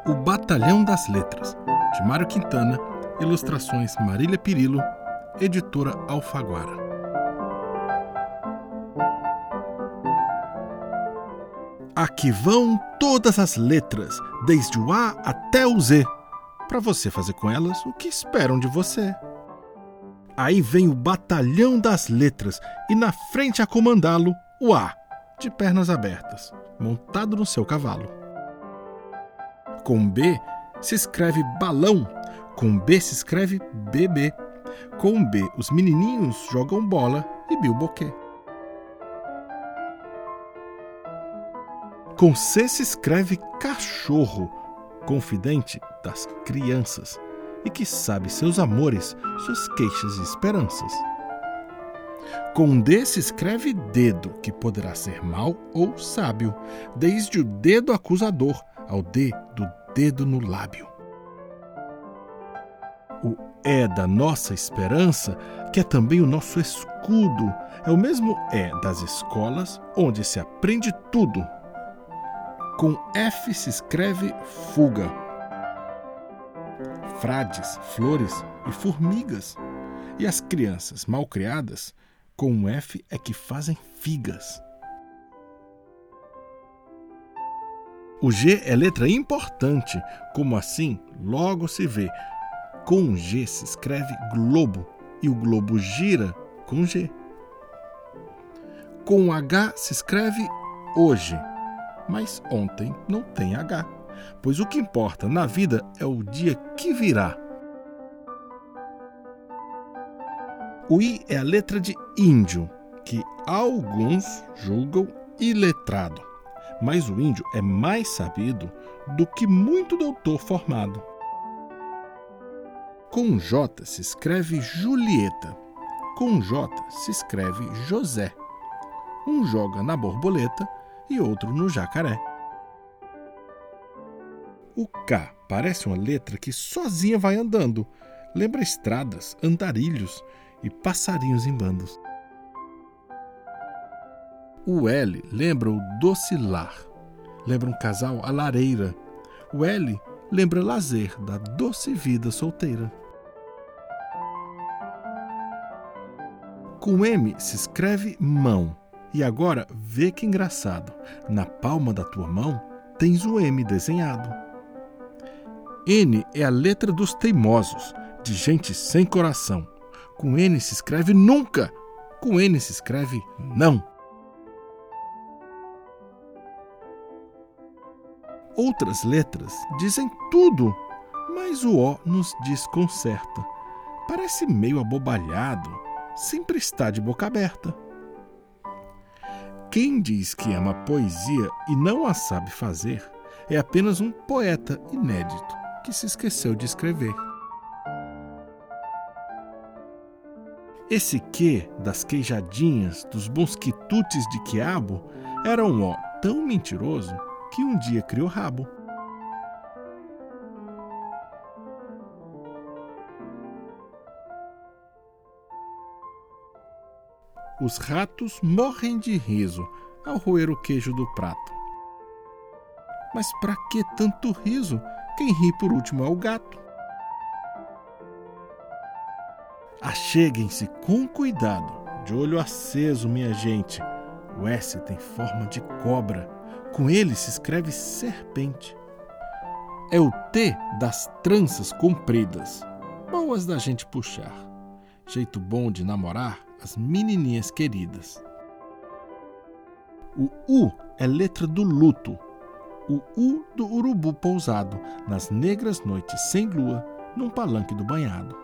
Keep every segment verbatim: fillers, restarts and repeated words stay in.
O Batalhão das Letras, de Mário Quintana, ilustrações Marília Pirillo, editora Alfaguara. Aqui vão todas as letras, desde o A até o Z, para você fazer com elas o que esperam de você. Aí vem o Batalhão das Letras e na frente a comandá-lo, o A, de pernas abertas, montado no seu cavalo. Com B se escreve balão, com B se escreve bebê. Com B os menininhos jogam bola e bilboquê. Com C se escreve cachorro, confidente das crianças e que sabe seus amores, suas queixas e esperanças. Com D se escreve dedo, que poderá ser mau ou sábio, desde o dedo acusador ao D do dedo no lábio. O E da nossa esperança, que é também o nosso escudo, é o mesmo E das escolas, onde se aprende tudo. Com F se escreve fuga. Frades, flores e formigas. E as crianças mal criadas, com o F é que fazem figas. O G é letra importante, como assim logo se vê. Com G se escreve globo e o globo gira com G. Com H se escreve hoje, mas ontem não tem H, pois o que importa na vida é o dia que virá. O I é a letra de índio, que alguns julgam iletrado. Mas o índio é mais sabido do que muito doutor formado. Com J se escreve Julieta. Com J se escreve José. Um joga na borboleta e outro no jacaré. O K parece uma letra que sozinha vai andando. Lembra estradas, andarilhos e passarinhos em bandos. O L lembra o doce lar, lembra um casal à lareira. O L lembra lazer da doce vida solteira. Com M se escreve mão. E agora, vê que engraçado, na palma da tua mão tens o M desenhado. N é a letra dos teimosos, de gente sem coração. Com N se escreve nunca, com N se escreve não. Outras letras dizem tudo, mas o O nos desconcerta. Parece meio abobalhado, sempre está de boca aberta. Quem diz que ama poesia e não a sabe fazer é apenas um poeta inédito que se esqueceu de escrever. Esse Q das queijadinhas, dos bons quitutes de quiabo, era um O tão mentiroso que um dia criou rabo. Os ratos morrem de riso ao roer o queijo do prato. Mas pra que tanto riso? Quem ri por último é o gato. Acheguem-se com cuidado, de olho aceso, minha gente. O S tem forma de cobra. Com ele se escreve serpente. É o T das tranças compridas, boas da gente puxar. Jeito bom de namorar as menininhas queridas. O U é letra do luto. O U do urubu pousado, nas negras noites sem lua, num palanque do banhado.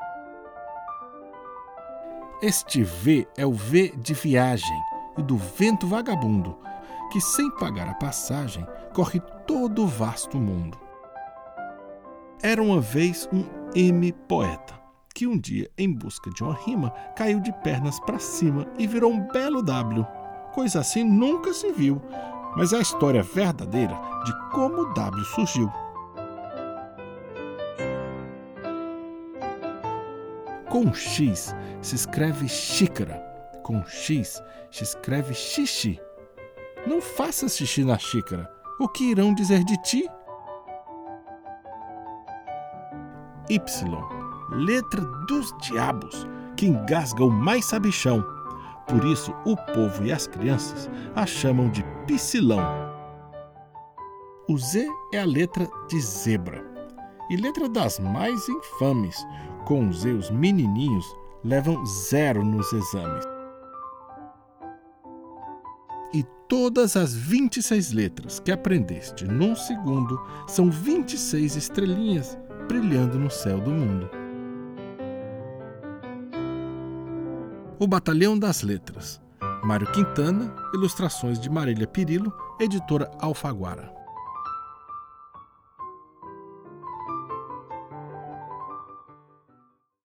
Este V é o V de viagem e do vento vagabundo, que sem pagar a passagem corre todo o vasto mundo. Era uma vez um M poeta, que um dia, em busca de uma rima, caiu de pernas para cima e virou um belo W. Coisa assim nunca se viu, mas é a história verdadeira de como o W surgiu. Com X se escreve xícara, com X se escreve xixi. Não faças xixi na xícara, o que irão dizer de ti? Y, letra dos diabos, que engasga o mais sabichão. Por isso, o povo e as crianças a chamam de Piscilão. O Z é a letra de zebra, e letra das mais infames. Com o Z, os menininhos levam zero nos exames. E todas as vinte e seis letras que aprendeste num segundo são vinte e seis estrelinhas brilhando no céu do mundo. O Batalhão das Letras. Mário Quintana, ilustrações de Marília Pirillo, editora Alfaguara.